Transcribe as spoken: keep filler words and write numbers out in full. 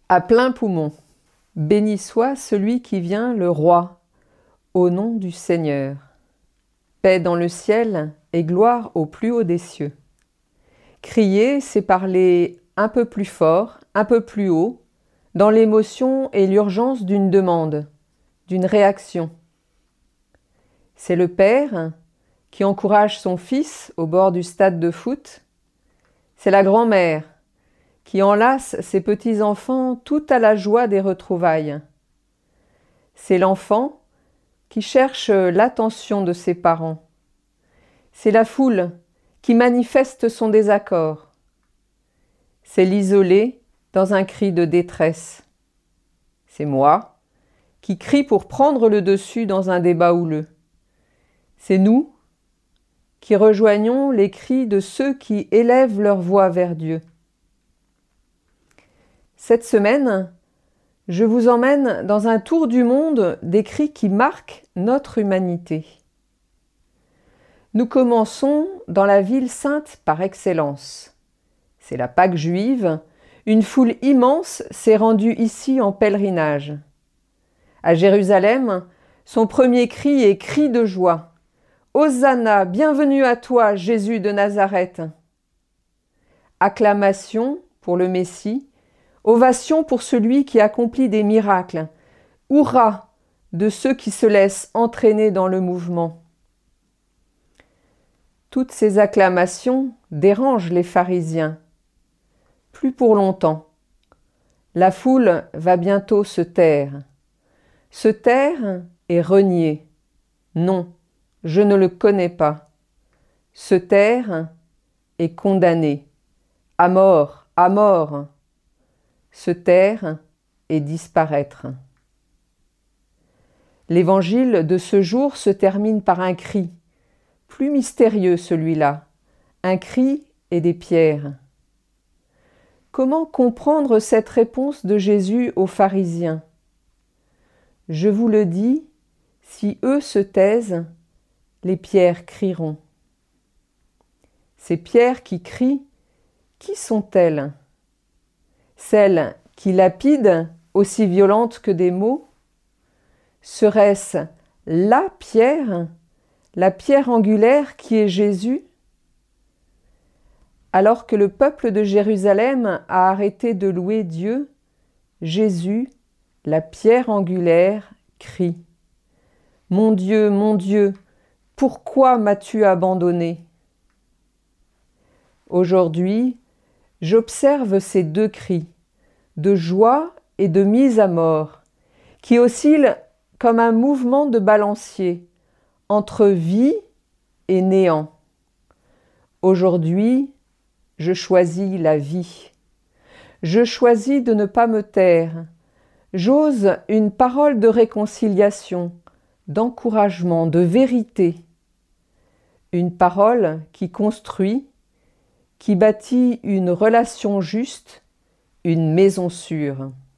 À plein poumon. Béni soit celui qui vient, le roi, au nom du Seigneur. Paix dans le ciel et gloire au plus haut des cieux. Crier, c'est parler un peu plus fort, un peu plus haut, dans l'émotion et l'urgence d'une demande, d'une réaction. C'est le père qui encourage son fils au bord du stade de foot. C'est la grand-mère qui enlace ses petits-enfants tout à la joie des retrouvailles. C'est l'enfant qui cherche l'attention de ses parents. C'est la foule qui manifeste son désaccord. C'est l'isolé dans un cri de détresse. C'est moi qui crie pour prendre le dessus dans un débat houleux. C'est nous qui rejoignons les cris de ceux qui élèvent leur voix vers Dieu. Cette semaine, je vous emmène dans un tour du monde des cris qui marquent notre humanité. Nous commençons dans la ville sainte par excellence. C'est la Pâque juive. Une foule immense s'est rendue ici en pèlerinage. À Jérusalem, son premier cri est cri de joie. Hosanna, bienvenue à toi, Jésus de Nazareth. Acclamation pour le Messie, ovation pour celui qui accomplit des miracles, hurrah de ceux qui se laissent entraîner dans le mouvement. Toutes ces acclamations dérangent les pharisiens. Plus pour longtemps. La foule va bientôt se taire. Se taire et renier. Non, je ne le connais pas. Se taire et condamner. À mort, à mort. Se taire et disparaître. L'évangile de ce jour se termine par un cri, plus mystérieux celui-là, un cri et des pierres. Comment comprendre cette réponse de Jésus aux pharisiens? Je vous le dis, si eux se taisent, les pierres crieront. Ces pierres qui crient, qui sont-elles? Celles qui lapident, aussi violentes que des mots? Serait-ce la pierre, la pierre angulaire qui est Jésus? Alors que le peuple de Jérusalem a arrêté de louer Dieu, Jésus, la pierre angulaire, crie « Mon Dieu, mon Dieu, pourquoi m'as-tu abandonné ?» Aujourd'hui, j'observe ces deux cris, de joie et de mise à mort, qui oscillent comme un mouvement de balancier, entre vie et néant. Aujourd'hui, je choisis la vie. Je choisis de ne pas me taire. J'ose une parole de réconciliation, d'encouragement, de vérité. Une parole qui construit, qui bâtit une relation juste, une maison sûre.